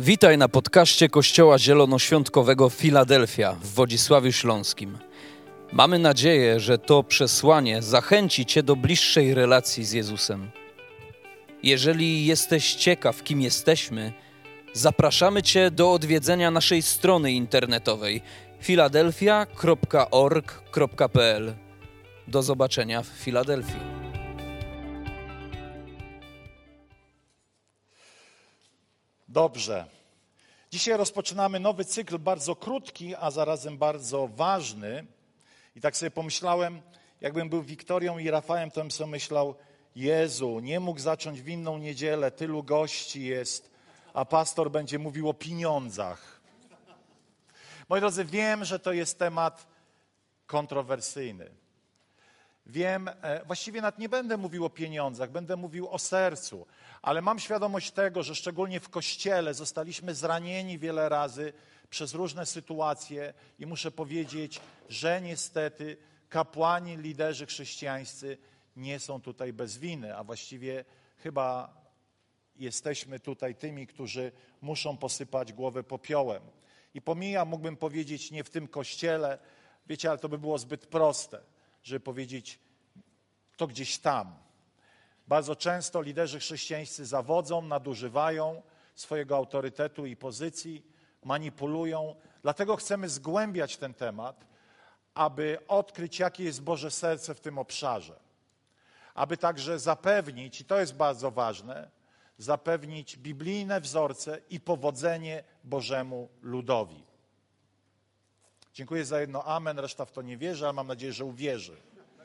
Witaj na podcaście Kościoła Zielonoświątkowego Filadelfia w Wodzisławiu Śląskim. Mamy nadzieję, że to przesłanie zachęci Cię do bliższej relacji z Jezusem. Jeżeli jesteś ciekaw, kim jesteśmy, zapraszamy Cię do odwiedzenia naszej strony internetowej filadelfia.org.pl. Do zobaczenia w Filadelfii. Dobrze. Dzisiaj rozpoczynamy nowy cykl, bardzo krótki, a zarazem bardzo ważny. I tak sobie pomyślałem, jakbym był Wiktorią i Rafałem, to bym sobie myślał, Jezu, nie mógł zacząć w inną niedzielę, tylu gości jest, a pastor będzie mówił o pieniądzach. Moi drodzy, wiem, że to jest temat kontrowersyjny. Wiem, właściwie nawet nie będę mówił o pieniądzach, będę mówił o sercu, ale mam świadomość tego, że szczególnie w Kościele zostaliśmy zranieni wiele razy przez różne sytuacje i muszę powiedzieć, że niestety kapłani, liderzy chrześcijańscy nie są tutaj bez winy, a właściwie chyba jesteśmy tutaj tymi, którzy muszą posypać głowę popiołem. I pomijam, mógłbym powiedzieć, nie w tym Kościele, wiecie, ale to by było zbyt proste, żeby powiedzieć, to gdzieś tam. Bardzo często liderzy chrześcijańscy zawodzą, nadużywają swojego autorytetu i pozycji, manipulują. Dlatego chcemy zgłębiać ten temat, aby odkryć, jakie jest Boże serce w tym obszarze. Aby także zapewnić, i to jest bardzo ważne, zapewnić biblijne wzorce i powodzenie Bożemu ludowi. Dziękuję za jedno amen, reszta w to nie wierzy, ale mam nadzieję, że uwierzy.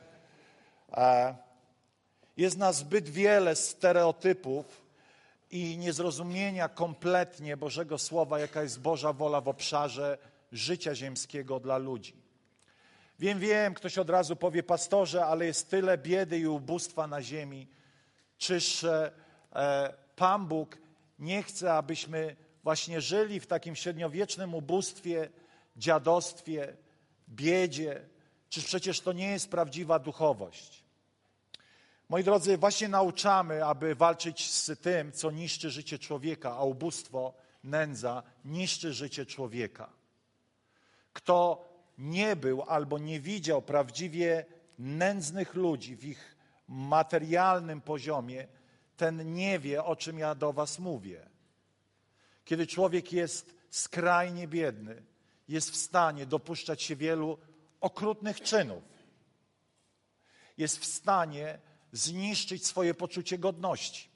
Jest nas zbyt wiele stereotypów i niezrozumienia kompletnie Bożego Słowa, jaka jest Boża wola w obszarze życia ziemskiego dla ludzi. Wiem, ktoś od razu powie, pastorze, ale jest tyle biedy i ubóstwa na ziemi. Czyż Pan Bóg nie chce, abyśmy właśnie żyli w takim średniowiecznym ubóstwie, dziadostwie, biedzie? Czyż przecież to nie jest prawdziwa duchowość? Moi drodzy, właśnie nauczamy, aby walczyć z tym, co niszczy życie człowieka, a ubóstwo, nędza niszczy życie człowieka. Kto nie był albo nie widział prawdziwie nędznych ludzi w ich materialnym poziomie, ten nie wie, o czym ja do was mówię. Kiedy człowiek jest skrajnie biedny, jest w stanie dopuszczać się wielu okrutnych czynów. Jest w stanie zniszczyć swoje poczucie godności.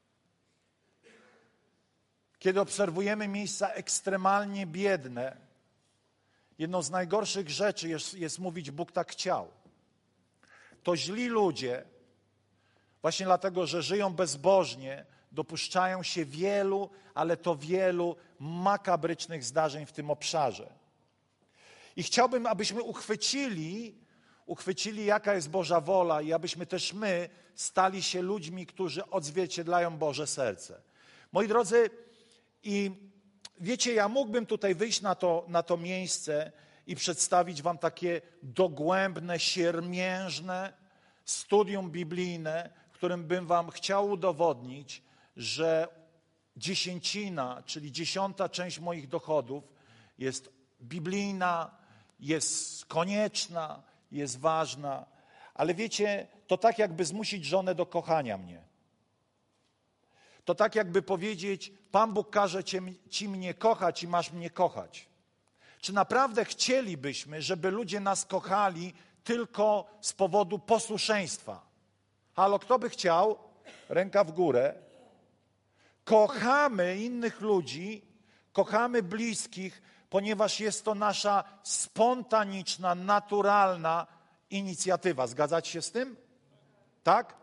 Kiedy obserwujemy miejsca ekstremalnie biedne, jedną z najgorszych rzeczy jest mówić, Bóg tak chciał. To źli ludzie, właśnie dlatego, że żyją bezbożnie, dopuszczają się wielu, ale to wielu makabrycznych zdarzeń w tym obszarze. I chciałbym, abyśmy uchwycili, jaka jest Boża wola i abyśmy też my stali się ludźmi, którzy odzwierciedlają Boże serce. Moi drodzy, i wiecie, ja mógłbym tutaj wyjść na to miejsce i przedstawić wam takie dogłębne, siermiężne studium biblijne, w którym bym wam chciał udowodnić, że dziesięcina, czyli 10. część moich dochodów jest biblijna, jest konieczna, jest ważna, ale wiecie, to tak jakby zmusić żonę do kochania mnie. To tak jakby powiedzieć, Pan Bóg każe ci mnie kochać i masz mnie kochać. Czy naprawdę chcielibyśmy, żeby ludzie nas kochali tylko z powodu posłuszeństwa? Halo, kto by chciał? Ręka w górę. Kochamy innych ludzi, kochamy bliskich, ponieważ jest to nasza spontaniczna, naturalna inicjatywa. Zgadzacie się z tym? Tak?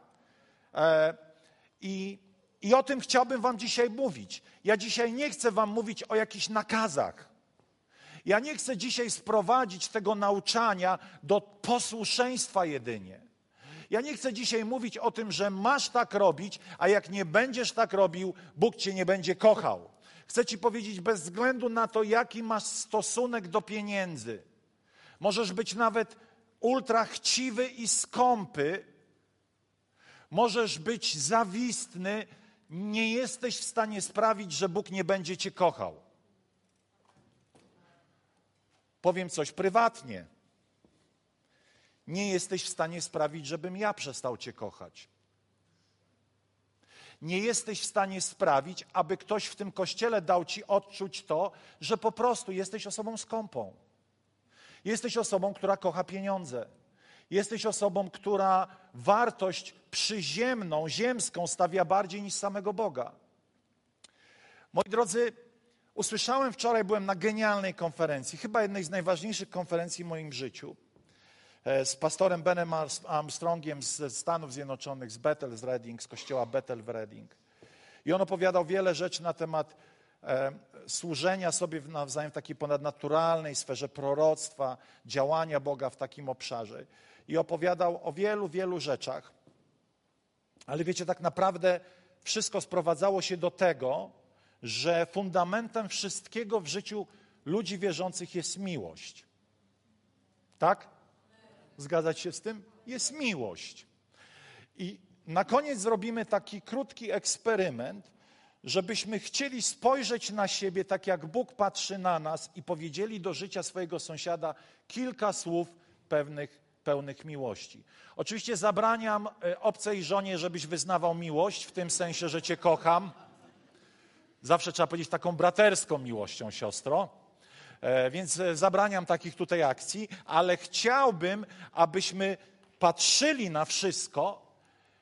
I o tym chciałbym wam dzisiaj mówić. Ja dzisiaj nie chcę wam mówić o jakichś nakazach. Ja nie chcę dzisiaj sprowadzić tego nauczania do posłuszeństwa jedynie. Ja nie chcę dzisiaj mówić o tym, że masz tak robić, a jak nie będziesz tak robił, Bóg cię nie będzie kochał. Chcę ci powiedzieć, bez względu na to, jaki masz stosunek do pieniędzy, możesz być nawet ultra chciwy i skąpy, możesz być zawistny, nie jesteś w stanie sprawić, że Bóg nie będzie cię kochał. Powiem coś prywatnie. Nie jesteś w stanie sprawić, żebym ja przestał cię kochać. Nie jesteś w stanie sprawić, aby ktoś w tym kościele dał ci odczuć to, że po prostu jesteś osobą skąpą. Jesteś osobą, która kocha pieniądze. Jesteś osobą, która wartość przyziemną, ziemską stawia bardziej niż samego Boga. Moi drodzy, usłyszałem wczoraj, byłem na genialnej konferencji, chyba jednej z najważniejszych konferencji w moim życiu, z pastorem Benem Armstrongiem ze Stanów Zjednoczonych, z Bethel, z Reading, z kościoła Bethel w Reading. I on opowiadał wiele rzeczy na temat służenia sobie nawzajem w takiej ponadnaturalnej sferze proroctwa, działania Boga w takim obszarze. I opowiadał o wielu, wielu rzeczach. Ale wiecie, tak naprawdę wszystko sprowadzało się do tego, że fundamentem wszystkiego w życiu ludzi wierzących jest miłość. Tak? Zgadzać się z tym? Jest miłość. I na koniec zrobimy taki krótki eksperyment, żebyśmy chcieli spojrzeć na siebie tak, jak Bóg patrzy na nas i powiedzieli do życia swojego sąsiada kilka słów pełnych miłości. Oczywiście zabraniam obcej żonie, żebyś wyznawał miłość, w tym sensie, że cię kocham. Zawsze trzeba powiedzieć taką braterską miłością, siostro. Więc zabraniam takich tutaj akcji, ale chciałbym, abyśmy patrzyli na wszystko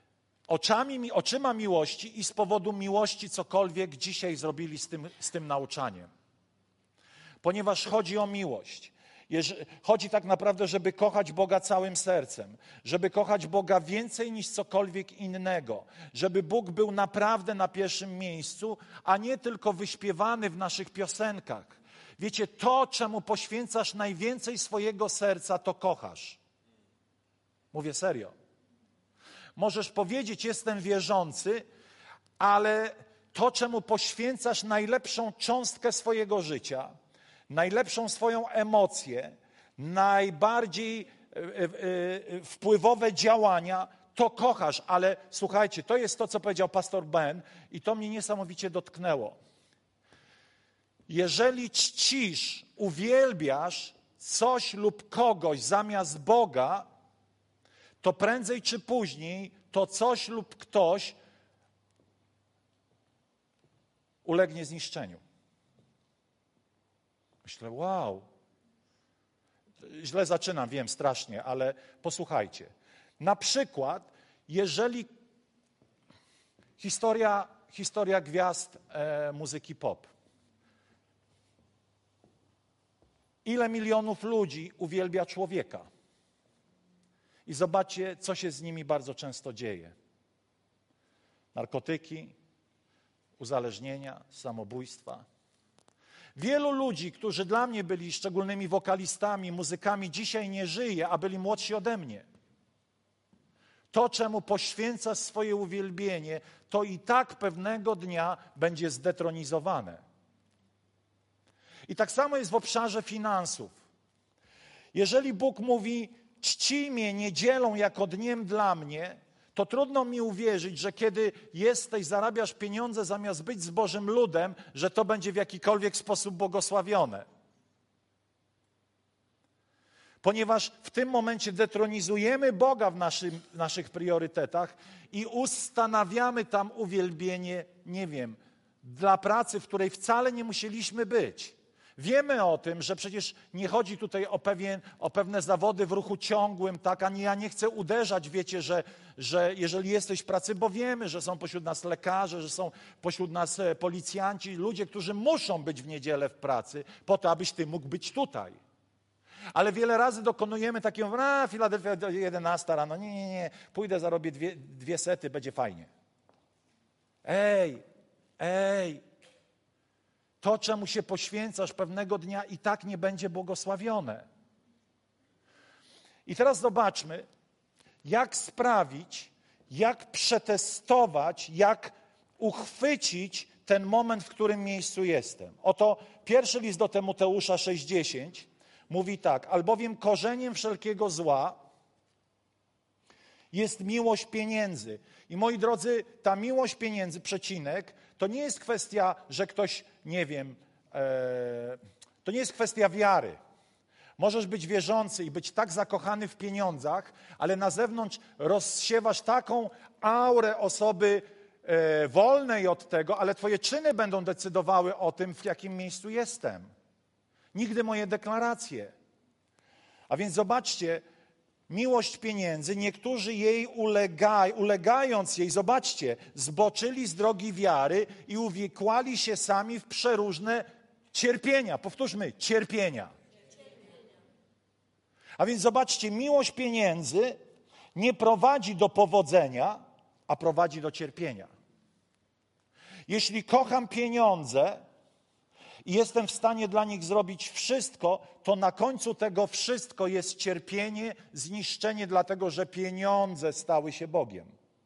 oczyma miłości i z powodu miłości cokolwiek dzisiaj zrobili z tym nauczaniem. Ponieważ chodzi o miłość. Chodzi tak naprawdę, żeby kochać Boga całym sercem, żeby kochać Boga więcej niż cokolwiek innego, żeby Bóg był naprawdę na pierwszym miejscu, a nie tylko wyśpiewany w naszych piosenkach. Wiecie, to, czemu poświęcasz najwięcej swojego serca, to kochasz. Mówię serio. Możesz powiedzieć, jestem wierzący, ale to, czemu poświęcasz najlepszą cząstkę swojego życia, najlepszą swoją emocję, najbardziej wpływowe działania, to kochasz. Ale słuchajcie, to jest to, co powiedział pastor Ben i to mnie niesamowicie dotknęło. Jeżeli czcisz, uwielbiasz coś lub kogoś zamiast Boga, to prędzej czy później to coś lub ktoś ulegnie zniszczeniu. Myślę, wow, źle zaczynam, wiem, strasznie, ale posłuchajcie. Na przykład, jeżeli historia gwiazd muzyki pop. Ile milionów ludzi uwielbia człowieka? I zobaczcie, co się z nimi bardzo często dzieje. Narkotyki, uzależnienia, samobójstwa. Wielu ludzi, którzy dla mnie byli szczególnymi wokalistami, muzykami, dzisiaj nie żyje, a byli młodsi ode mnie. To, czemu poświęcasz swoje uwielbienie, to i tak pewnego dnia będzie zdetronizowane. I tak samo jest w obszarze finansów. Jeżeli Bóg mówi, czcij mnie niedzielą jako dniem dla mnie, to trudno mi uwierzyć, że kiedy zarabiasz pieniądze zamiast być z Bożym ludem, że to będzie w jakikolwiek sposób błogosławione. Ponieważ w tym momencie detronizujemy Boga w naszych priorytetach i ustanawiamy tam uwielbienie, nie wiem, dla pracy, w której wcale nie musieliśmy być. Wiemy o tym, że przecież nie chodzi tutaj o pewne zawody w ruchu ciągłym, tak? Ani ja nie chcę uderzać, wiecie, że jeżeli jesteś w pracy, bo wiemy, że są pośród nas lekarze, że są pośród nas policjanci, ludzie, którzy muszą być w niedzielę w pracy, po to, abyś ty mógł być tutaj. Ale wiele razy dokonujemy takiego, Filadelfia 11 rano, nie, pójdę, zarobię dwie sety, będzie fajnie. Ej, to, czemu się poświęcasz pewnego dnia i tak nie będzie błogosławione. I teraz zobaczmy, jak sprawić, jak przetestować, jak uchwycić ten moment, w którym miejscu jestem. Oto pierwszy list do Tymoteusza 6,10 mówi tak, albowiem korzeniem wszelkiego zła Jest miłość pieniędzy. I moi drodzy, ta miłość pieniędzy, przecinek, to nie jest kwestia, że ktoś, nie wiem, to nie jest kwestia wiary. Możesz być wierzący i być tak zakochany w pieniądzach, ale na zewnątrz rozsiewasz taką aurę osoby wolnej od tego, ale twoje czyny będą decydowały o tym, w jakim miejscu jestem. Nigdy moje deklaracje. A więc zobaczcie, miłość pieniędzy, niektórzy jej ulegając jej, zobaczcie, zboczyli z drogi wiary i uwikłali się sami w przeróżne cierpienia. Powtórzmy, cierpienia. A więc zobaczcie, miłość pieniędzy nie prowadzi do powodzenia, a prowadzi do cierpienia. Jeśli kocham pieniądze i jestem w stanie dla nich zrobić wszystko, to na końcu tego wszystko jest cierpienie, zniszczenie, dlatego że pieniądze stały się Bogiem.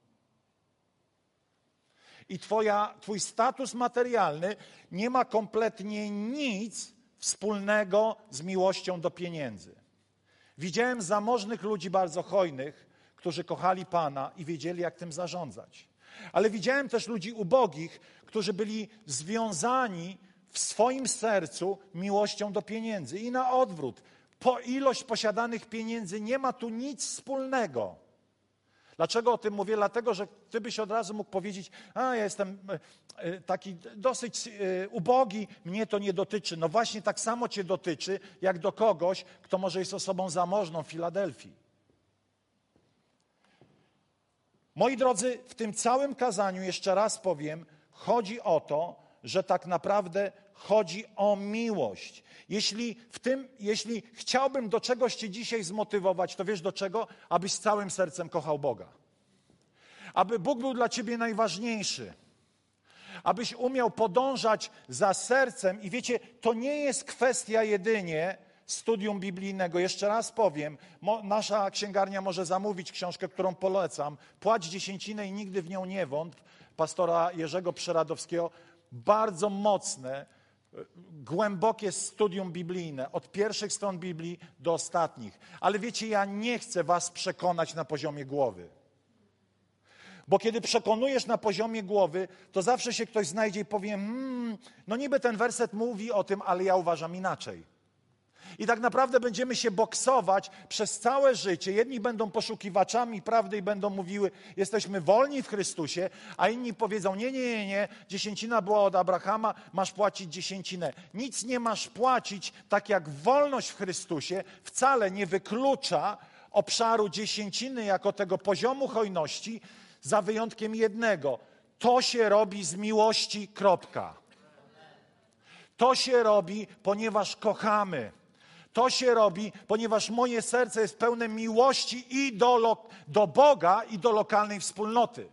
I twój status materialny nie ma kompletnie nic wspólnego z miłością do pieniędzy. Widziałem zamożnych ludzi bardzo hojnych, którzy kochali Pana i wiedzieli, jak tym zarządzać. Ale widziałem też ludzi ubogich, którzy byli związani w swoim sercu miłością do pieniędzy. I na odwrót, ilość posiadanych pieniędzy nie ma tu nic wspólnego. Dlaczego o tym mówię? Dlatego, że ty byś od razu mógł powiedzieć, ja jestem taki dosyć ubogi, mnie to nie dotyczy. No właśnie tak samo cię dotyczy, jak do kogoś, kto może jest osobą zamożną w Filadelfii. Moi drodzy, w tym całym kazaniu, jeszcze raz powiem, chodzi o to, że tak naprawdę chodzi o miłość. Jeśli chciałbym do czegoś cię dzisiaj zmotywować, to wiesz do czego? Abyś całym sercem kochał Boga. Aby Bóg był dla ciebie najważniejszy. Abyś umiał podążać za sercem. I wiecie, to nie jest kwestia jedynie studium biblijnego. Jeszcze raz powiem, nasza księgarnia może zamówić książkę, którą polecam. Płać dziesięcinę i nigdy w nią nie wątp, pastora Jerzego Przeradowskiego. Bardzo mocne, głębokie studium biblijne, od pierwszych stron Biblii do ostatnich. Ale wiecie, ja nie chcę was przekonać na poziomie głowy. Bo kiedy przekonujesz na poziomie głowy, to zawsze się ktoś znajdzie i powie, no niby ten werset mówi o tym, ale ja uważam inaczej. I tak naprawdę będziemy się boksować przez całe życie. Jedni będą poszukiwaczami prawdy i będą mówiły, jesteśmy wolni w Chrystusie, a inni powiedzą, nie, dziesięcina była od Abrahama, masz płacić dziesięcinę. Nic nie masz płacić, tak jak wolność w Chrystusie wcale nie wyklucza obszaru dziesięciny jako tego poziomu hojności, za wyjątkiem jednego. To się robi z miłości, kropka. To się robi, ponieważ kochamy. To się robi, ponieważ moje serce jest pełne miłości i do Boga, i do lokalnej wspólnoty.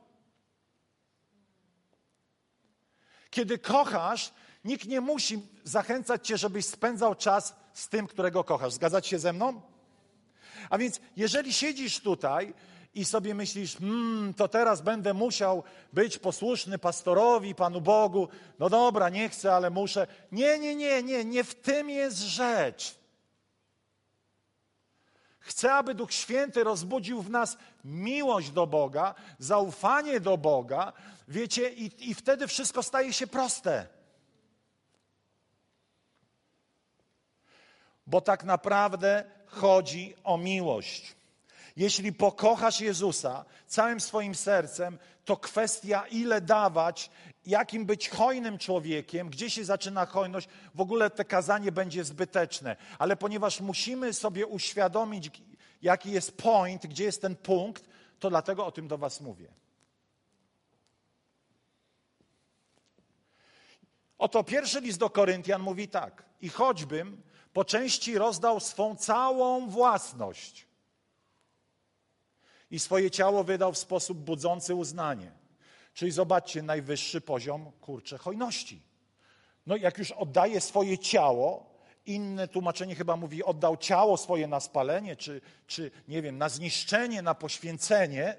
Kiedy kochasz, nikt nie musi zachęcać cię, żebyś spędzał czas z tym, którego kochasz. Zgadzacie się ze mną? A więc jeżeli siedzisz tutaj i sobie myślisz, to teraz będę musiał być posłuszny pastorowi, Panu Bogu, no dobra, nie chcę, ale muszę. Nie w tym jest rzecz. Chcę, aby Duch Święty rozbudził w nas miłość do Boga, zaufanie do Boga, wiecie, i wtedy wszystko staje się proste. Bo tak naprawdę chodzi o miłość. Jeśli pokochasz Jezusa całym swoim sercem, to kwestia ile dawać, jakim być hojnym człowiekiem, gdzie się zaczyna hojność, w ogóle to kazanie będzie zbyteczne. Ale ponieważ musimy sobie uświadomić, jaki jest point, gdzie jest ten punkt, to dlatego o tym do was mówię. Oto pierwszy list do Koryntian mówi tak. I choćbym po części rozdał swą całą własność i swoje ciało wydał w sposób budzący uznanie. Czyli zobaczcie, najwyższy poziom, hojności. No jak już oddaje swoje ciało, inne tłumaczenie chyba mówi, oddał ciało swoje na spalenie, czy nie wiem, na zniszczenie, na poświęcenie.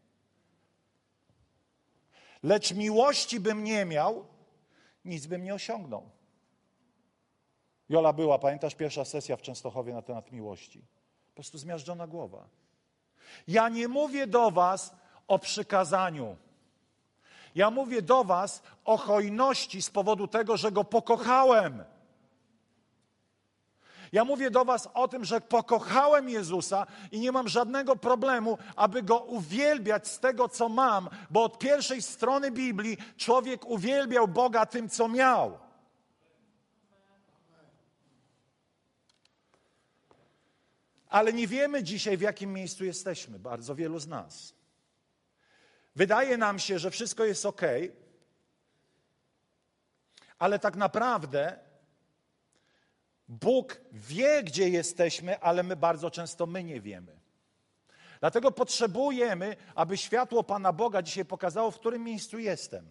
Lecz miłości bym nie miał, nic bym nie osiągnął. Jola była, pamiętasz, pierwsza sesja w Częstochowie na temat miłości. Po prostu zmiażdżona głowa. Ja nie mówię do was o przykazaniu. Ja mówię do was o hojności z powodu tego, że Go pokochałem. Ja mówię do was o tym, że pokochałem Jezusa i nie mam żadnego problemu, aby Go uwielbiać z tego, co mam, bo od pierwszej strony Biblii człowiek uwielbiał Boga tym, co miał. Ale nie wiemy dzisiaj, w jakim miejscu jesteśmy, bardzo wielu z nas. Wydaje nam się, że wszystko jest ok, ale tak naprawdę Bóg wie, gdzie jesteśmy, ale bardzo często my nie wiemy. Dlatego potrzebujemy, aby światło Pana Boga dzisiaj pokazało, w którym miejscu jestem.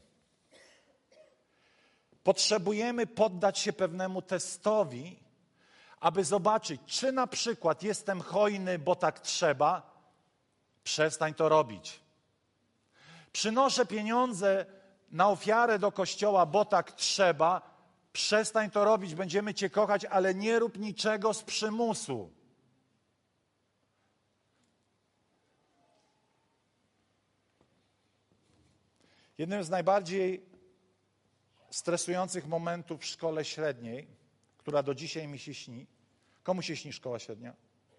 Potrzebujemy poddać się pewnemu testowi, aby zobaczyć, czy na przykład jestem hojny, bo tak trzeba. Przestań to robić. Przynoszę pieniądze na ofiarę do kościoła, bo tak trzeba. Przestań to robić, będziemy Cię kochać, ale nie rób niczego z przymusu. Jednym z najbardziej stresujących momentów w szkole średniej, która do dzisiaj mi się śni. Komu się śni szkoła średnia?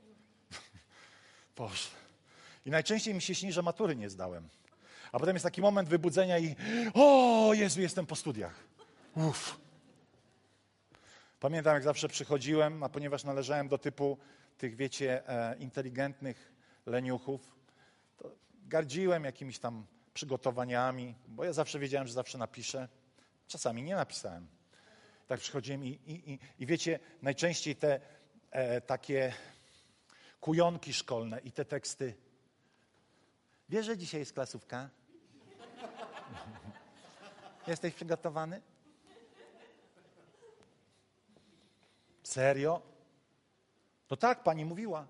Boże. I najczęściej mi się śni, że matury nie zdałem. A potem jest taki moment wybudzenia i o Jezu, jestem po studiach. Uff. Pamiętam, jak zawsze przychodziłem, a ponieważ należałem do typu tych, wiecie, inteligentnych leniuchów, to gardziłem jakimiś tam przygotowaniami, bo ja zawsze wiedziałem, że zawsze napiszę. Czasami nie napisałem. Tak przychodziłem i wiecie, najczęściej te takie kujonki szkolne i te teksty. Wiesz, że dzisiaj jest klasówka? Jesteś przygotowany? Serio? To tak, pani mówiła.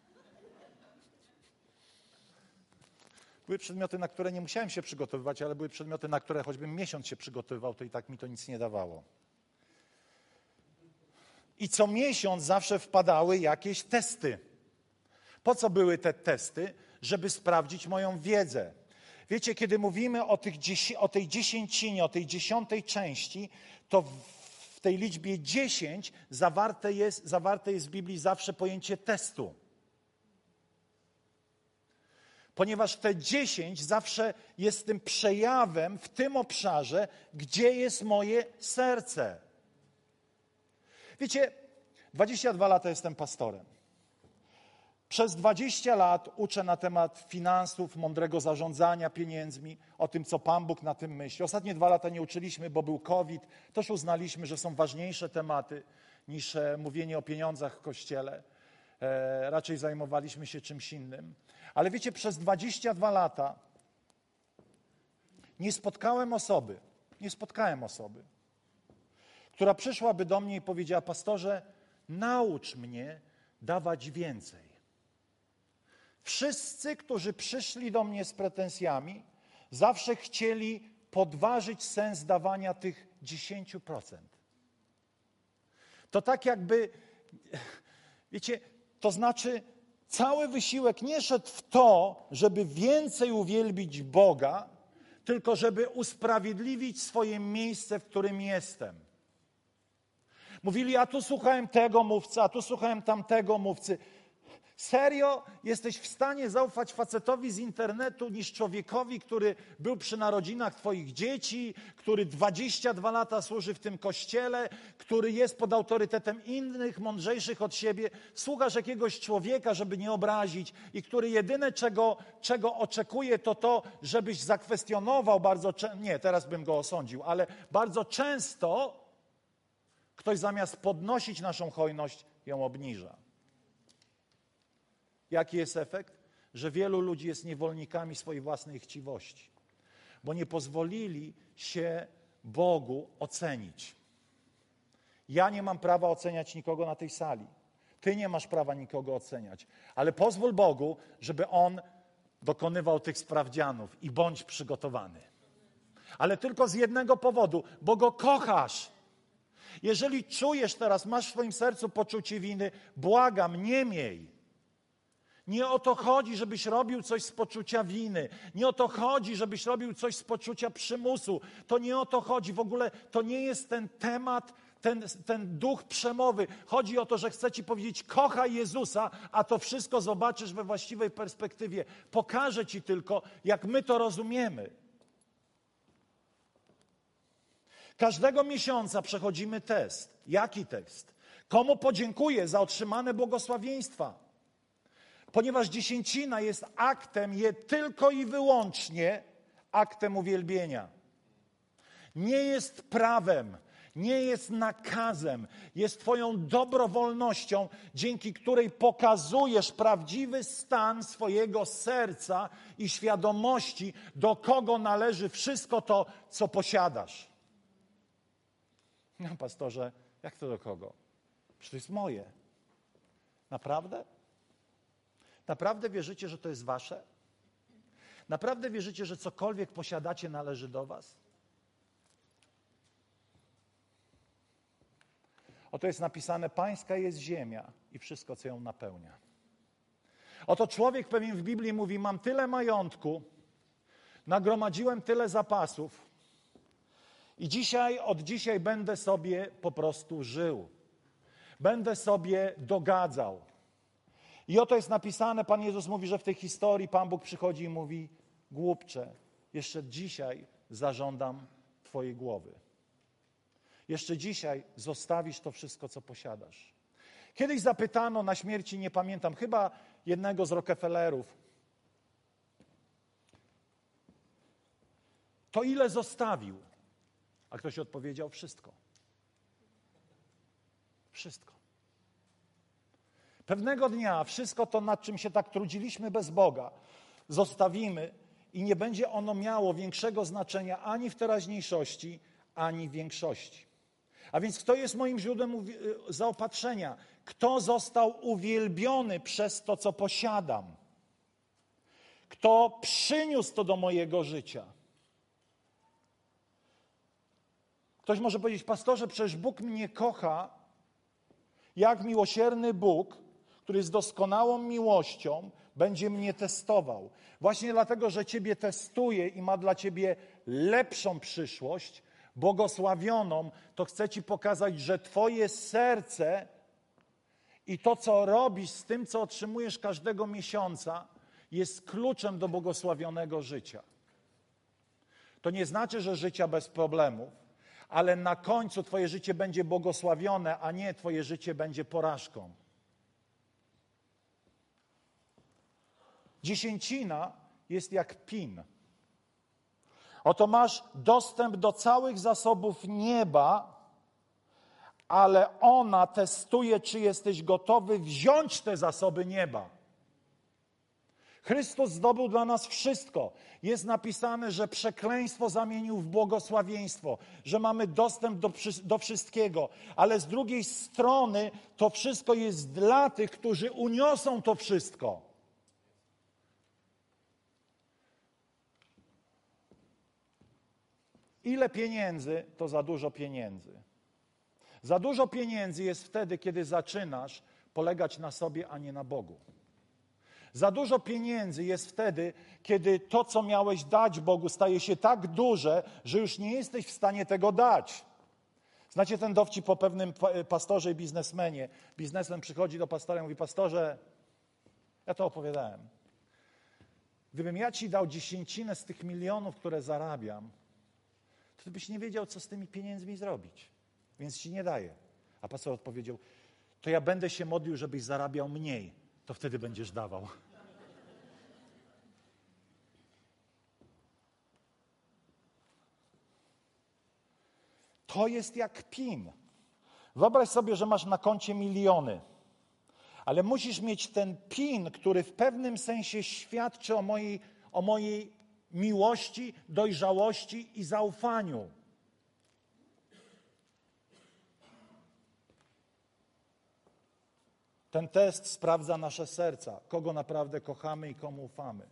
Były przedmioty, na które nie musiałem się przygotowywać, ale były przedmioty, na które choćbym miesiąc się przygotowywał, to i tak mi to nic nie dawało. I co miesiąc zawsze wpadały jakieś testy. Po co były te testy? Żeby sprawdzić moją wiedzę. Wiecie, kiedy mówimy o tej dziesięcinie, o tej 10. części, to w tej liczbie 10 zawarte jest w Biblii zawsze pojęcie testu. Ponieważ te 10 zawsze jest tym przejawem w tym obszarze, gdzie jest moje serce. Wiecie, 22 lata jestem pastorem. Przez 20 lat uczę na temat finansów, mądrego zarządzania pieniędzmi, o tym, co Pan Bóg na tym myśli. Ostatnie 2 lata nie uczyliśmy, bo był COVID. Też uznaliśmy, że są ważniejsze tematy niż mówienie o pieniądzach w Kościele. Raczej zajmowaliśmy się czymś innym. Ale wiecie, przez 22 lata nie spotkałem osoby, która przyszłaby do mnie i powiedziała: pastorze, naucz mnie dawać więcej. Wszyscy, którzy przyszli do mnie z pretensjami, zawsze chcieli podważyć sens dawania tych 10%. To tak jakby, wiecie, to znaczy cały wysiłek nie szedł w to, żeby więcej uwielbić Boga, tylko żeby usprawiedliwić swoje miejsce, w którym jestem. Mówili: a tu słuchałem tego mówcy, a tu słuchałem tamtego mówcy. Serio? Jesteś w stanie zaufać facetowi z internetu niż człowiekowi, który był przy narodzinach twoich dzieci, który 22 lata służy w tym kościele, który jest pod autorytetem innych, mądrzejszych od siebie. Słuchasz jakiegoś człowieka, żeby nie obrazić, i który jedyne, czego oczekuje, to, żebyś zakwestionował teraz bym go osądził, ale bardzo często ktoś zamiast podnosić naszą hojność, ją obniża. Jaki jest efekt? Że wielu ludzi jest niewolnikami swojej własnej chciwości, bo nie pozwolili się Bogu ocenić. Ja nie mam prawa oceniać nikogo na tej sali. Ty nie masz prawa nikogo oceniać, ale pozwól Bogu, żeby On dokonywał tych sprawdzianów i bądź przygotowany. Ale tylko z jednego powodu, bo Go kochasz. Jeżeli czujesz teraz, masz w swoim sercu poczucie winy, błagam, nie miej. Nie o to chodzi, żebyś robił coś z poczucia winy. Nie o to chodzi, żebyś robił coś z poczucia przymusu. To nie o to chodzi. W ogóle to nie jest ten temat, ten duch przemowy. Chodzi o to, że chcę ci powiedzieć, kochaj Jezusa, a to wszystko zobaczysz we właściwej perspektywie. Pokażę ci tylko, jak my to rozumiemy. Każdego miesiąca przechodzimy test. Jaki test? Komu podziękuję za otrzymane błogosławieństwa? Ponieważ dziesięcina jest aktem, tylko i wyłącznie aktem uwielbienia. Nie jest prawem, nie jest nakazem, jest twoją dobrowolnością, dzięki której pokazujesz prawdziwy stan swojego serca i świadomości, do kogo należy wszystko to, co posiadasz. No, pastorze, jak to do kogo? Przecież to jest moje. Naprawdę? Naprawdę wierzycie, że to jest wasze? Naprawdę wierzycie, że cokolwiek posiadacie, należy do was? Oto jest napisane, pańska jest ziemia i wszystko, co ją napełnia. Oto człowiek pewien w Biblii mówi, mam tyle majątku, nagromadziłem tyle zapasów i od dzisiaj będę sobie po prostu żył. Będę sobie dogadzał. I oto jest napisane, Pan Jezus mówi, że w tej historii Pan Bóg przychodzi i mówi, głupcze, jeszcze dzisiaj zażądam twojej głowy. Jeszcze dzisiaj zostawisz to wszystko, co posiadasz. Kiedyś zapytano na śmierci, nie pamiętam, chyba jednego z Rockefellerów, to ile zostawił? A ktoś odpowiedział, wszystko. Wszystko. Pewnego dnia wszystko to, nad czym się tak trudziliśmy bez Boga, zostawimy i nie będzie ono miało większego znaczenia ani w teraźniejszości, ani w większości. A więc kto jest moim źródłem zaopatrzenia? Kto został uwielbiony przez to, co posiadam? Kto przyniósł to do mojego życia? Ktoś może powiedzieć, pastorze, przecież Bóg mnie kocha, jak miłosierny Bóg, który z doskonałą miłością będzie mnie testował. Właśnie dlatego, że ciebie testuje i ma dla ciebie lepszą przyszłość, błogosławioną, to chcę ci pokazać, że twoje serce i to, co robisz z tym, co otrzymujesz każdego miesiąca, jest kluczem do błogosławionego życia. To nie znaczy, że życia bez problemów, ale na końcu twoje życie będzie błogosławione, a nie twoje życie będzie porażką. Dziesięcina jest jak PIN. Oto masz dostęp do całych zasobów nieba, ale ona testuje, czy jesteś gotowy wziąć te zasoby nieba. Chrystus zdobył dla nas wszystko. Jest napisane, że przekleństwo zamienił w błogosławieństwo, że mamy dostęp do wszystkiego, ale z drugiej strony to wszystko jest dla tych, którzy uniosą to wszystko. Ile pieniędzy, to za dużo pieniędzy. Za dużo pieniędzy jest wtedy, kiedy zaczynasz polegać na sobie, a nie na Bogu. Za dużo pieniędzy jest wtedy, kiedy to, co miałeś dać Bogu, staje się tak duże, że już nie jesteś w stanie tego dać. Znacie ten dowcip po pewnym pastorze i biznesmenie. Biznesmen przychodzi do pastora i mówi, pastorze, ja to opowiadałem. Gdybym ja ci dał dziesięcinę z tych milionów, które zarabiam, to ty byś nie wiedział, co z tymi pieniędzmi zrobić. Więc ci nie daję. A pastor odpowiedział, to ja będę się modlił, żebyś zarabiał mniej. To wtedy będziesz dawał. To jest jak PIN. Wyobraź sobie, że masz na koncie miliony, ale musisz mieć ten PIN, który w pewnym sensie świadczy o mojej miłości, dojrzałości i zaufaniu. Ten test sprawdza nasze serca, kogo naprawdę kochamy i komu ufamy.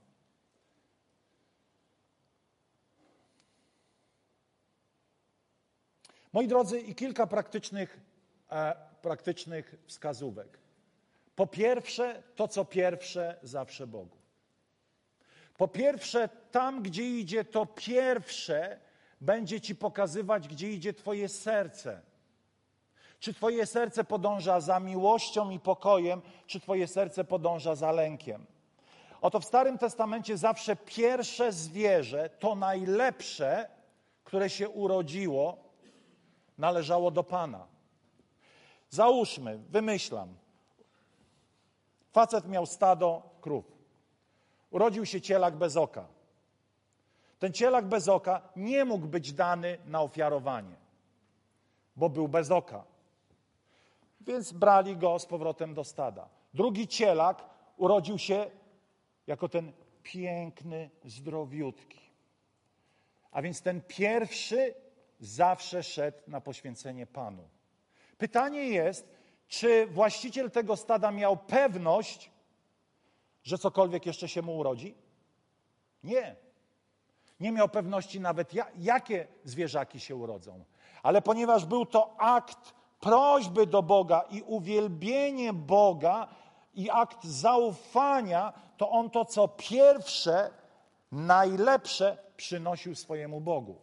Moi drodzy, i kilka praktycznych wskazówek. Po pierwsze, to co pierwsze zawsze Bogu. Po pierwsze, tam gdzie idzie to pierwsze, będzie ci pokazywać, gdzie idzie twoje serce. Czy twoje serce podąża za miłością i pokojem, czy twoje serce podąża za lękiem. Oto w Starym Testamencie zawsze pierwsze zwierzę, to najlepsze, które się urodziło, należało do Pana. Załóżmy, wymyślam, facet miał stado krów. Urodził się cielak bez oka. Ten cielak bez oka nie mógł być dany na ofiarowanie, bo był bez oka. Więc brali go z powrotem do stada. Drugi cielak urodził się jako ten piękny, zdrowiutki. A więc ten pierwszy zawsze szedł na poświęcenie Panu. Pytanie jest, czy właściciel tego stada miał pewność, że cokolwiek jeszcze się mu urodzi? Nie. Nie miał pewności nawet, jakie zwierzaki się urodzą. Ale ponieważ był to akt prośby do Boga i uwielbienie Boga i akt zaufania, to on to, co pierwsze, najlepsze przynosił swojemu Bogu.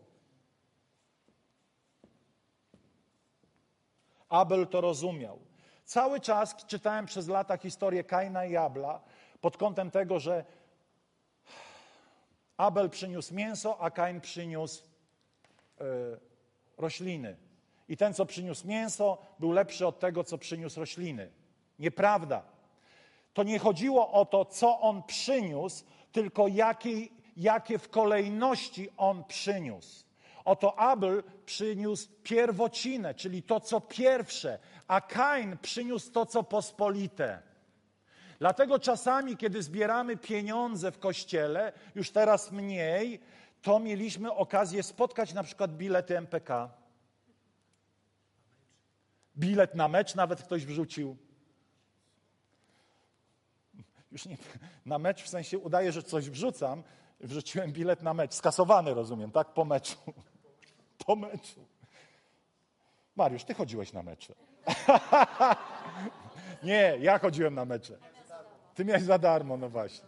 Abel to rozumiał. Cały czas czytałem przez lata historię Kaina i Abla pod kątem tego, że Abel przyniósł mięso, a Kain przyniósł rośliny. I ten, co przyniósł mięso, był lepszy od tego, co przyniósł rośliny. Nieprawda. To nie chodziło o to, co on przyniósł, tylko jakie w kolejności on przyniósł. Oto Abel przyniósł pierwocinę, czyli to, co pierwsze, a Kain przyniósł to, co pospolite. Dlatego czasami, kiedy zbieramy pieniądze w kościele, już teraz mniej, to mieliśmy okazję spotkać na przykład bilety MPK. Bilet na mecz nawet ktoś wrzucił. Już nie, na mecz w sensie udaje, że coś wrzucam. Wrzuciłem bilet na mecz. Skasowany, rozumiem, tak? Po meczu. Po meczu. Mariusz, ty chodziłeś na mecze. Nie, ja chodziłem na mecze. Ty miałeś za darmo, no właśnie.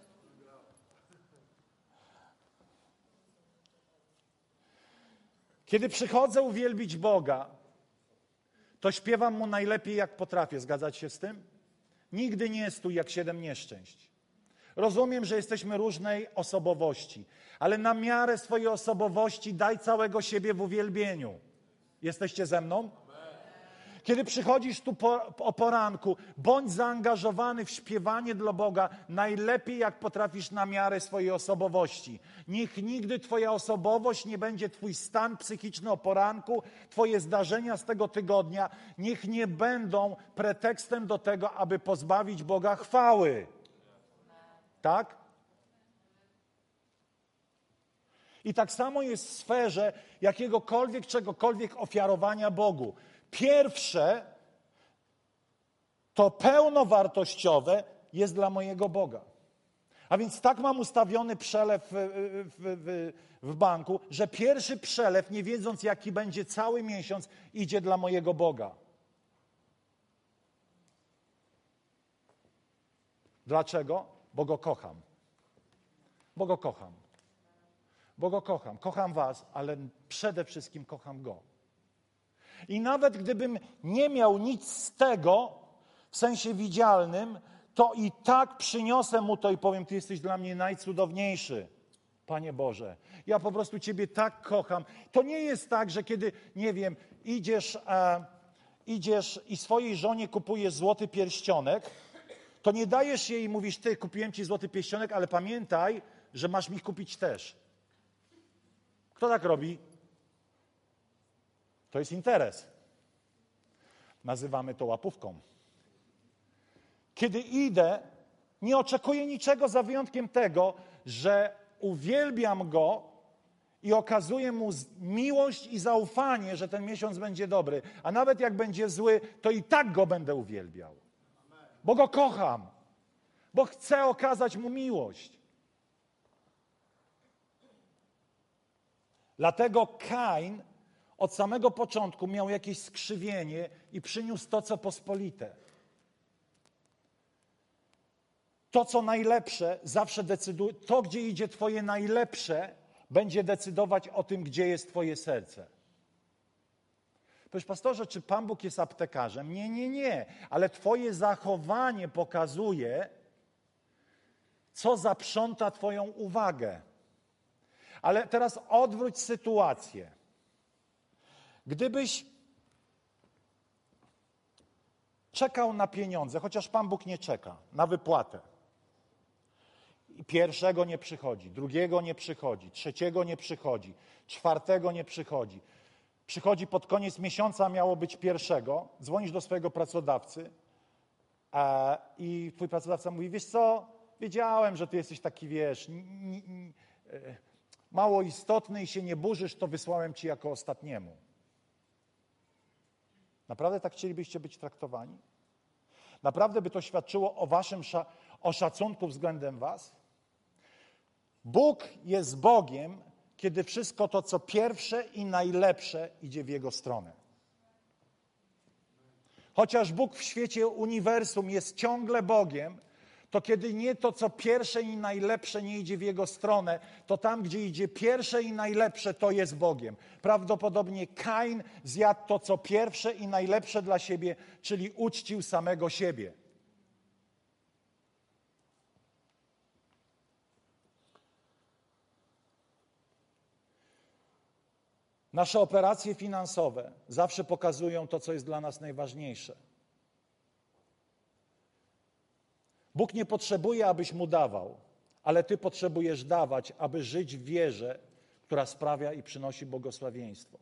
Kiedy przychodzę uwielbić Boga, to śpiewam Mu najlepiej, jak potrafię. Zgadzać się z tym? Nigdy nie stój jak 7 nieszczęść. Rozumiem, że jesteśmy różnej osobowości, ale na miarę swojej osobowości daj całego siebie w uwielbieniu. Jesteście ze mną? Kiedy przychodzisz tu o poranku, bądź zaangażowany w śpiewanie dla Boga najlepiej, jak potrafisz na miarę swojej osobowości. Niech nigdy twoja osobowość nie będzie twój stan psychiczny o poranku, twoje zdarzenia z tego tygodnia, niech nie będą pretekstem do tego, aby pozbawić Boga chwały. Tak? I tak samo jest w sferze jakiegokolwiek, czegokolwiek ofiarowania Bogu. Pierwsze, to pełnowartościowe jest dla mojego Boga. A więc tak mam ustawiony przelew w banku, że pierwszy przelew, nie wiedząc jaki będzie cały miesiąc, idzie dla mojego Boga. Dlaczego? Bo Go kocham. Bo Go kocham. Bo Go kocham. Kocham was, ale przede wszystkim kocham Go. I nawet gdybym nie miał nic z tego, w sensie widzialnym, to i tak przyniosę Mu to i powiem, Ty jesteś dla mnie najcudowniejszy, Panie Boże. Ja po prostu Ciebie tak kocham. To nie jest tak, że kiedy, nie wiem, idziesz i swojej żonie kupujesz złoty pierścionek, to nie dajesz jej i mówisz, Ty, kupiłem Ci złoty pierścionek, ale pamiętaj, że masz mi kupić też. Kto tak robi? To jest interes. Nazywamy to łapówką. Kiedy idę, nie oczekuję niczego za wyjątkiem tego, że uwielbiam Go i okazuję Mu miłość i zaufanie, że ten miesiąc będzie dobry. A nawet jak będzie zły, to i tak Go będę uwielbiał. Bo Go kocham. Bo chcę okazać Mu miłość. Dlatego Kain od samego początku miał jakieś skrzywienie i przyniósł to, co pospolite. To, co najlepsze, zawsze decyduje, to, gdzie idzie twoje najlepsze, będzie decydować o tym, gdzie jest twoje serce. Powiesz, pastorze, czy Pan Bóg jest aptekarzem? Nie. Ale twoje zachowanie pokazuje, co zaprząta twoją uwagę. Ale teraz odwróć sytuację. Gdybyś czekał na pieniądze, chociaż Pan Bóg nie czeka, na wypłatę. I pierwszego nie przychodzi, drugiego nie przychodzi, trzeciego nie przychodzi, czwartego nie przychodzi. Przychodzi pod koniec miesiąca, miało być pierwszego, dzwonisz do swojego pracodawcy i twój pracodawca mówi, wiesz co, wiedziałem, że ty jesteś taki, wiesz, mało istotny i się nie burzysz, to wysłałem ci jako ostatniemu. Naprawdę tak chcielibyście być traktowani? Naprawdę by to świadczyło o waszym o szacunku względem was? Bóg jest Bogiem, kiedy wszystko to, co pierwsze i najlepsze, idzie w Jego stronę. Chociaż Bóg w świecie uniwersum jest ciągle Bogiem, to kiedy nie to, co pierwsze i najlepsze nie idzie w Jego stronę, to tam, gdzie idzie pierwsze i najlepsze, to jest Bogiem. Prawdopodobnie Kain zjadł to, co pierwsze i najlepsze dla siebie, czyli uczcił samego siebie. Nasze operacje finansowe zawsze pokazują to, co jest dla nas najważniejsze. Bóg nie potrzebuje, abyś Mu dawał, ale Ty potrzebujesz dawać, aby żyć w wierze, która sprawia i przynosi błogosławieństwo.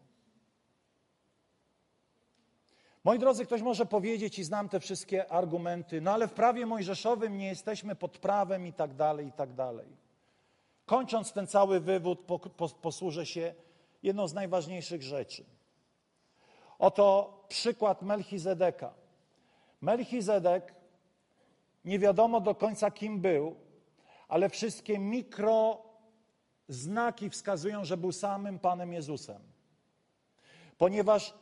Moi drodzy, ktoś może powiedzieć, i znam te wszystkie argumenty, no ale w prawie mojżeszowym nie jesteśmy pod prawem i tak dalej, i tak dalej. Kończąc ten cały wywód, posłużę się jedną z najważniejszych rzeczy. Oto przykład Melchizedeka. Melchizedek, nie wiadomo do końca kim był, ale wszystkie mikroznaki wskazują, że był samym Panem Jezusem. Ponieważ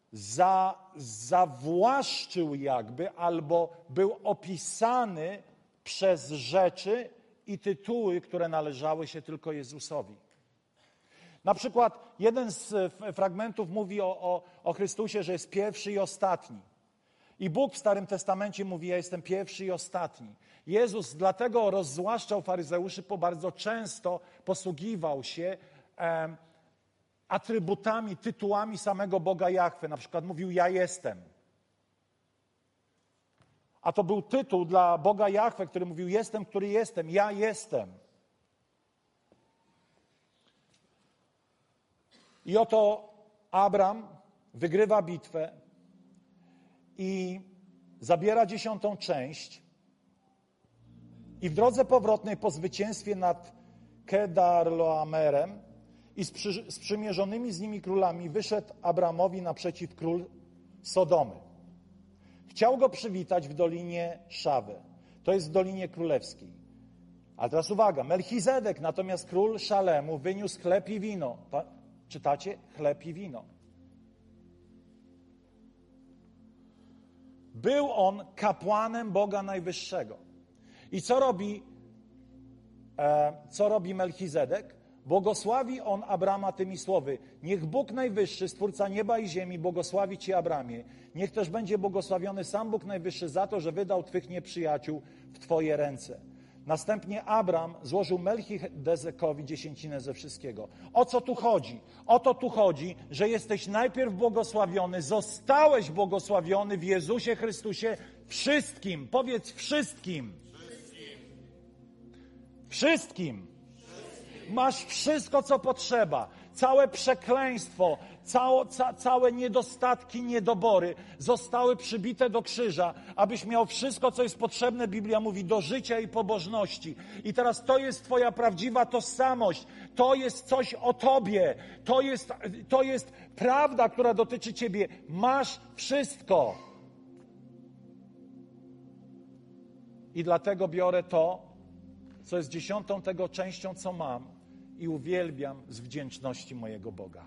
zawłaszczył jakby, albo był opisany przez rzeczy i tytuły, które należały się tylko Jezusowi. Na przykład jeden z fragmentów mówi o Chrystusie, że jest pierwszy i ostatni. I Bóg w Starym Testamencie mówi, ja jestem pierwszy i ostatni. Jezus dlatego rozzłaszczał faryzeuszy, bo bardzo często posługiwał się atrybutami, tytułami samego Boga Jahwe. Na przykład mówił, ja jestem. A to był tytuł dla Boga Jahwe, który mówił, jestem, który jestem, ja jestem. I oto Abram wygrywa bitwę i zabiera 10. część i w drodze powrotnej po zwycięstwie nad Kedarloamerem i z przymierzonymi z nimi królami wyszedł Abramowi naprzeciw król Sodomy. Chciał go przywitać w Dolinie Szawy. To jest w Dolinie Królewskiej. Ale teraz uwaga, Melchizedek, natomiast król Szalemu, wyniósł chleb i wino. Czytacie? Chleb i wino. Był on kapłanem Boga Najwyższego. I co robi Melchizedek? Błogosławi on Abrama tymi słowy. Niech Bóg Najwyższy, Stwórca nieba i ziemi, błogosławi Ci, Abramie. Niech też będzie błogosławiony sam Bóg Najwyższy za to, że wydał Twych nieprzyjaciół w Twoje ręce. Następnie Abram złożył Melchizedekowi dziesięcinę ze wszystkiego. O co tu chodzi? O to tu chodzi, że jesteś najpierw błogosławiony, zostałeś błogosławiony w Jezusie Chrystusie wszystkim. Powiedz wszystkim. Wszystkim. Masz wszystko, co potrzeba. Całe przekleństwo, całe niedostatki, niedobory zostały przybite do krzyża, abyś miał wszystko, co jest potrzebne, Biblia mówi, do życia i pobożności. I teraz to jest Twoja prawdziwa tożsamość. To jest coś o Tobie. To jest prawda, która dotyczy Ciebie. Masz wszystko. I dlatego biorę to, co jest 10. tego częścią, co mam, i uwielbiam z wdzięczności mojego Boga.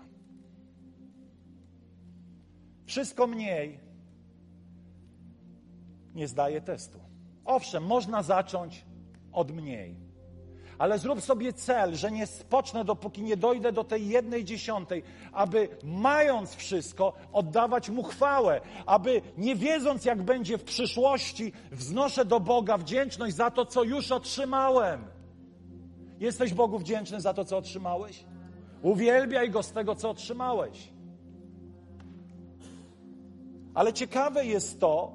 Wszystko mniej nie zdaje testu. Owszem, można zacząć od mniej. Ale zrób sobie cel, że nie spocznę, dopóki nie dojdę do tej 1/10, aby mając wszystko, oddawać Mu chwałę, aby nie wiedząc, jak będzie w przyszłości, wznoszę do Boga wdzięczność za to, co już otrzymałem. Jesteś Bogu wdzięczny za to, co otrzymałeś? Uwielbiaj Go z tego, co otrzymałeś. Ale ciekawe jest to,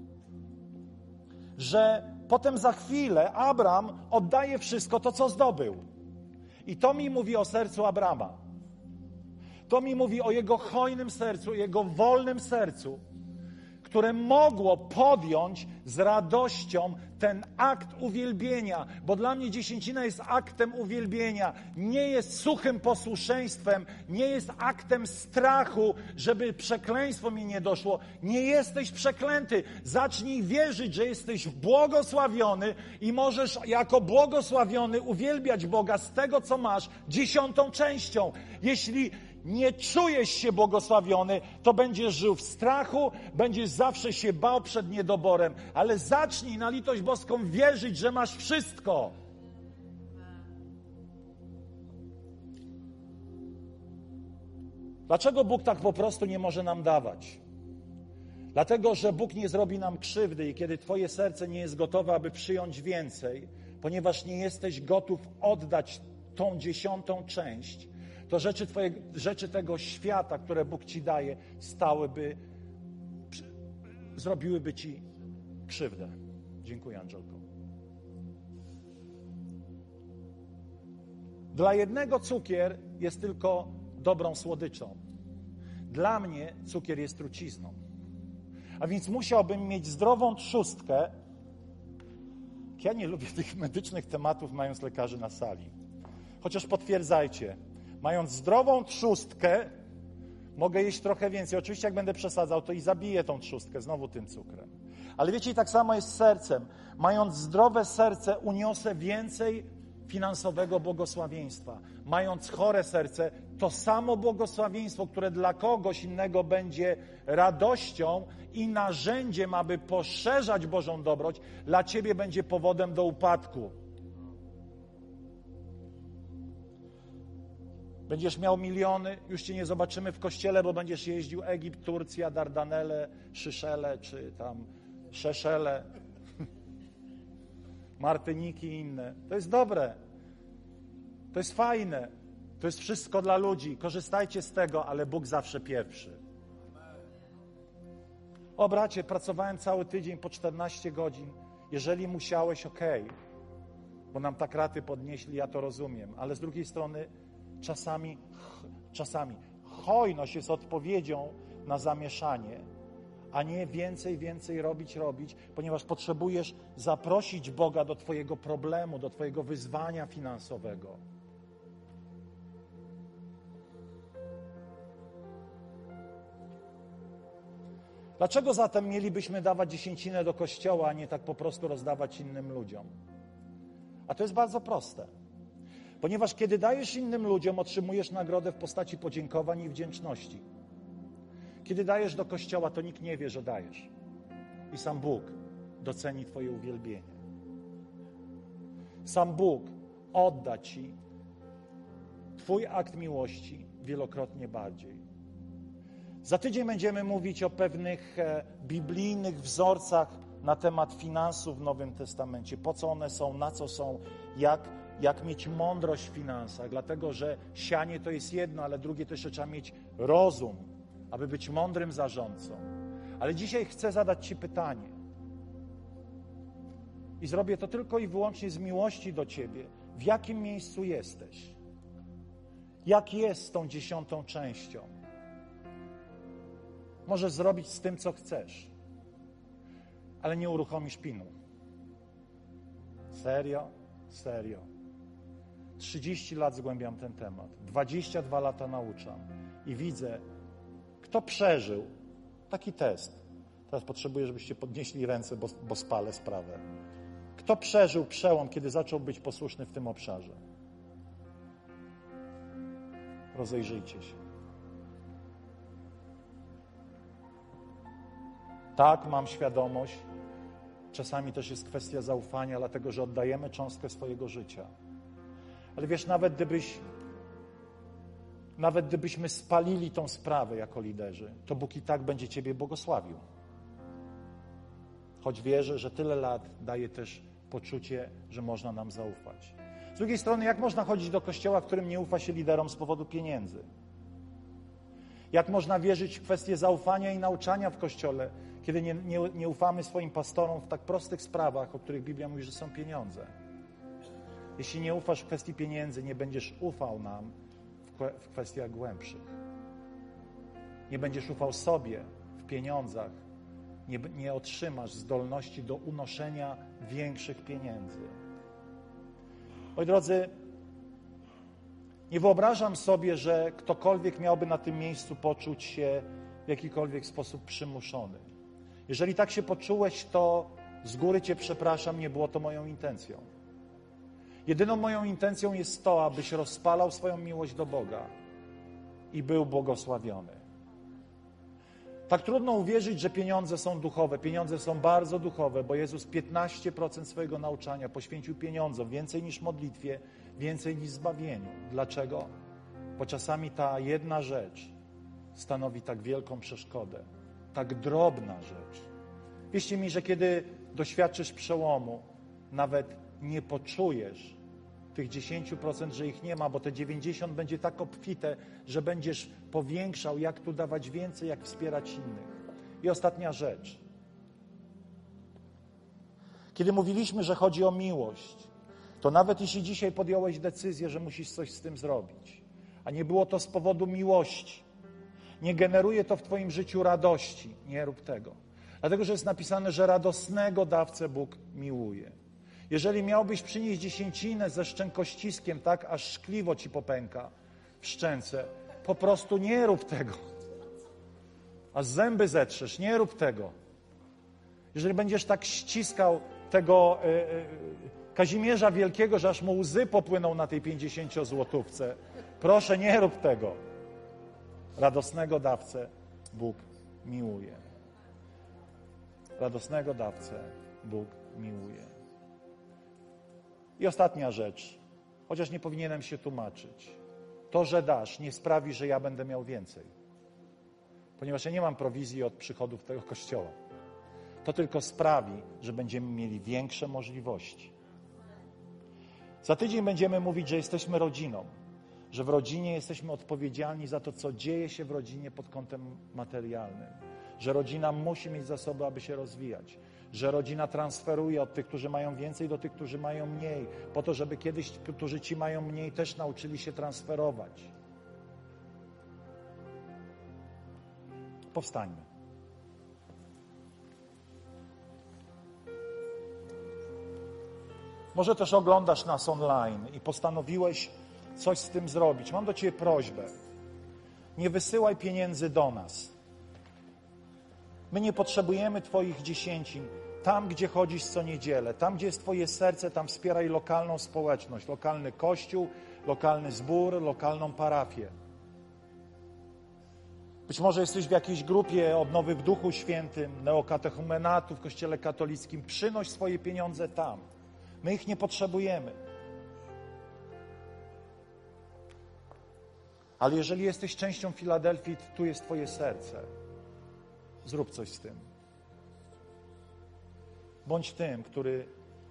że potem za chwilę Abram oddaje wszystko to, co zdobył. I to mi mówi o sercu Abrama. To mi mówi o jego hojnym sercu, jego wolnym sercu, które mogło podjąć z radością ten akt uwielbienia, bo dla mnie dziesięcina jest aktem uwielbienia, nie jest suchym posłuszeństwem, nie jest aktem strachu, żeby przekleństwo mi nie doszło. Nie jesteś przeklęty. Zacznij wierzyć, że jesteś błogosławiony i możesz jako błogosławiony uwielbiać Boga z tego, co masz, 10%. Jeśli nie czujesz się błogosławiony, to będziesz żył w strachu, będziesz zawsze się bał przed niedoborem, ale zacznij na litość boską wierzyć, że masz wszystko. Dlaczego Bóg tak po prostu nie może nam dawać? Dlatego, że Bóg nie zrobi nam krzywdy i kiedy twoje serce nie jest gotowe, aby przyjąć więcej, ponieważ nie jesteś gotów oddać tą 10%, to rzeczy tego świata, które Bóg ci daje, zrobiłyby ci krzywdę. Dziękuję, Angelko. Dla jednego cukier jest tylko dobrą słodyczą. Dla mnie cukier jest trucizną. A więc musiałbym mieć zdrową trzustkę. Ja nie lubię tych medycznych tematów, mając lekarzy na sali. Chociaż potwierdzajcie, mając zdrową trzustkę, mogę jeść trochę więcej. Oczywiście jak będę przesadzał, to i zabiję tą trzustkę znowu tym cukrem. Ale wiecie, i tak samo jest z sercem. Mając zdrowe serce, uniosę więcej finansowego błogosławieństwa. Mając chore serce, to samo błogosławieństwo, które dla kogoś innego będzie radością i narzędziem, aby poszerzać Bożą dobroć, dla ciebie będzie powodem do upadku. Będziesz miał miliony, już cię nie zobaczymy w kościele, bo będziesz jeździł Egipt, Turcja, Dardanele, Szyszele, czy tam Szeszele, Martyniki i inne. To jest dobre. To jest fajne. To jest wszystko dla ludzi. Korzystajcie z tego, ale Bóg zawsze pierwszy. O bracie, pracowałem cały tydzień po 14 godzin. Jeżeli musiałeś, okej, bo nam tak raty podnieśli, ja to rozumiem, ale z drugiej strony czasami hojność jest odpowiedzią na zamieszanie, a nie więcej robić, ponieważ potrzebujesz zaprosić Boga do twojego problemu, do twojego wyzwania finansowego. Dlaczego zatem mielibyśmy dawać dziesięcinę do kościoła, a nie tak po prostu rozdawać innym ludziom? A to jest bardzo proste. Ponieważ kiedy dajesz innym ludziom, otrzymujesz nagrodę w postaci podziękowań i wdzięczności. Kiedy dajesz do kościoła, to nikt nie wie, że dajesz. I sam Bóg doceni twoje uwielbienie. Sam Bóg odda ci twój akt miłości wielokrotnie bardziej. Za tydzień będziemy mówić o pewnych biblijnych wzorcach na temat finansów w Nowym Testamencie. Po co one są, na co są, jak mieć mądrość w finansach. Dlatego, że sianie to jest jedno, ale drugie to jeszcze trzeba mieć rozum, aby być mądrym zarządcą. Ale dzisiaj chcę zadać ci pytanie. I zrobię to tylko i wyłącznie z miłości do ciebie. W jakim miejscu jesteś? Jak jest z tą 10%? Możesz zrobić z tym, co chcesz, ale nie uruchomisz PIN-u. Serio. 30 lat zgłębiam ten temat. 22 lata nauczam. I widzę, kto przeżył taki test. Teraz potrzebuję, żebyście podnieśli ręce, bo spalę sprawę. Kto przeżył przełom, kiedy zaczął być posłuszny w tym obszarze? Rozejrzyjcie się. Tak, mam świadomość. czasami też jest kwestia zaufania, dlatego że oddajemy cząstkę swojego życia. Ale wiesz, nawet gdybyśmy spalili tą sprawę jako liderzy, to Bóg i tak będzie Ciebie błogosławił. Choć wierzę, że tyle lat daje też poczucie, że można nam zaufać. Z drugiej strony, jak można chodzić do kościoła, w którym nie ufa się liderom z powodu pieniędzy? Jak można wierzyć w kwestię zaufania i nauczania w kościole, kiedy nie ufamy swoim pastorom w tak prostych sprawach, o których Biblia mówi, że są pieniądze? Jeśli nie ufasz w kwestii pieniędzy, nie będziesz ufał nam w kwestiach głębszych. Nie będziesz ufał sobie w pieniądzach. Nie otrzymasz zdolności do unoszenia większych pieniędzy. Moi drodzy, nie wyobrażam sobie, że ktokolwiek miałby na tym miejscu poczuć się w jakikolwiek sposób przymuszony. Jeżeli tak się poczułeś, to z góry Cię przepraszam, nie było to moją intencją. Jedyną moją intencją jest to, abyś rozpalał swoją miłość do Boga i był błogosławiony. Tak trudno uwierzyć, że pieniądze są duchowe. Pieniądze są bardzo duchowe, bo Jezus 15% swojego nauczania poświęcił pieniądzom, więcej niż modlitwie, więcej niż zbawieniu. Dlaczego? Bo czasami ta jedna rzecz stanowi tak wielką przeszkodę, tak drobna rzecz. Wierzcie mi, że kiedy doświadczysz przełomu, nawet nie poczujesz tych 10%, że ich nie ma, bo te 90% będzie tak obfite, że będziesz powiększał, jak tu dawać więcej, jak wspierać innych. I ostatnia rzecz. Kiedy mówiliśmy, że chodzi o miłość, to nawet jeśli dzisiaj podjąłeś decyzję, że musisz coś z tym zrobić, a nie było to z powodu miłości, nie generuje to w twoim życiu radości, nie rób tego. Dlatego, że jest napisane, że radosnego dawcę Bóg miłuje. Jeżeli miałbyś przynieść dziesięcinę ze szczękościskiem, tak, aż szkliwo ci popęka w szczęce, po prostu nie rób tego. Aż zęby zetrzesz, nie rób tego. Jeżeli będziesz tak ściskał tego Kazimierza Wielkiego, że aż mu łzy popłyną na tej 50-złotówce, proszę, nie rób tego. Radosnego dawcę Bóg miłuje. Radosnego dawcę Bóg miłuje. I ostatnia rzecz, chociaż nie powinienem się tłumaczyć. To, że dasz, nie sprawi, że ja będę miał więcej. Ponieważ ja nie mam prowizji od przychodów tego kościoła. To tylko sprawi, że będziemy mieli większe możliwości. Za tydzień będziemy mówić, że jesteśmy rodziną. Że w rodzinie jesteśmy odpowiedzialni za to, co dzieje się w rodzinie pod kątem materialnym. Że rodzina musi mieć zasoby, aby się rozwijać. Że rodzina transferuje od tych, którzy mają więcej, do tych, którzy mają mniej. Po to, żeby kiedyś, którzy ci mają mniej, też nauczyli się transferować. Powstańmy. Może też oglądasz nas online i postanowiłeś coś z tym zrobić. Mam do Ciebie prośbę. Nie wysyłaj pieniędzy do nas. My nie potrzebujemy Twoich dziesięcin. Tam, gdzie chodzisz co niedzielę, tam, gdzie jest Twoje serce, tam wspieraj lokalną społeczność, lokalny kościół, lokalny zbór, lokalną parafię. Być może jesteś w jakiejś grupie odnowy w Duchu Świętym, neokatechumenatu w Kościele katolickim. Przynoś swoje pieniądze tam. My ich nie potrzebujemy. Ale jeżeli jesteś częścią Filadelfii, tu jest Twoje serce. Zrób coś z tym. Bądź tym, który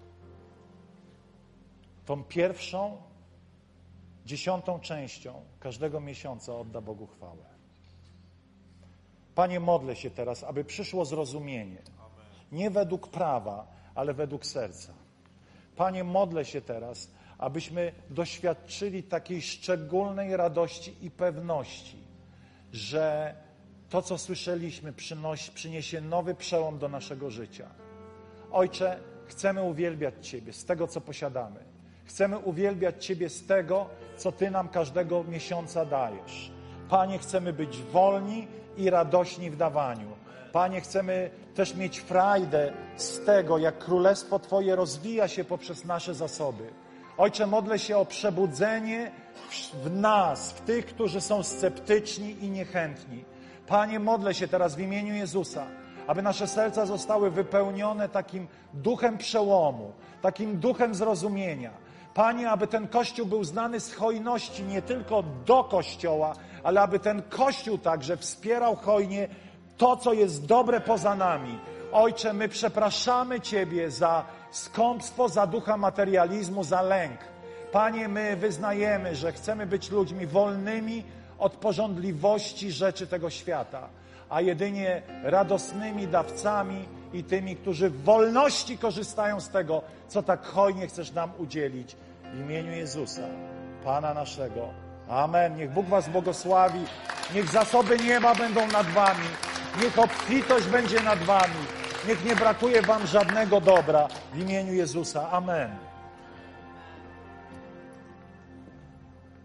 tą pierwszą, 10. częścią każdego miesiąca odda Bogu chwałę. Panie, modlę się teraz, aby przyszło zrozumienie. Nie według prawa, ale według serca. Panie, modlę się teraz, abyśmy doświadczyli takiej szczególnej radości i pewności, że to, co słyszeliśmy, przyniesie nowy przełom do naszego życia. Ojcze, chcemy uwielbiać Ciebie z tego, co posiadamy. Chcemy uwielbiać Ciebie z tego, co Ty nam każdego miesiąca dajesz. Panie, chcemy być wolni i radośni w dawaniu. Panie, chcemy też mieć frajdę z tego, jak Królestwo Twoje rozwija się poprzez nasze zasoby. Ojcze, modlę się o przebudzenie w nas, w tych, którzy są sceptyczni i niechętni. Panie, modlę się teraz w imieniu Jezusa, aby nasze serca zostały wypełnione takim duchem przełomu, takim duchem zrozumienia. Panie, aby ten Kościół był znany z hojności nie tylko do Kościoła, ale aby ten Kościół także wspierał hojnie to, co jest dobre poza nami. Ojcze, my przepraszamy Ciebie za skąpstwo, za ducha materializmu, za lęk. Panie, my wyznajemy, że chcemy być ludźmi wolnymi od pożądliwości rzeczy tego świata, a jedynie radosnymi dawcami i tymi, którzy w wolności korzystają z tego, co tak hojnie chcesz nam udzielić. W imieniu Jezusa, Pana naszego. Amen. Niech Bóg was błogosławi. Niech zasoby nieba będą nad wami. Niech obfitość będzie nad wami. Niech nie brakuje wam żadnego dobra. W imieniu Jezusa. Amen.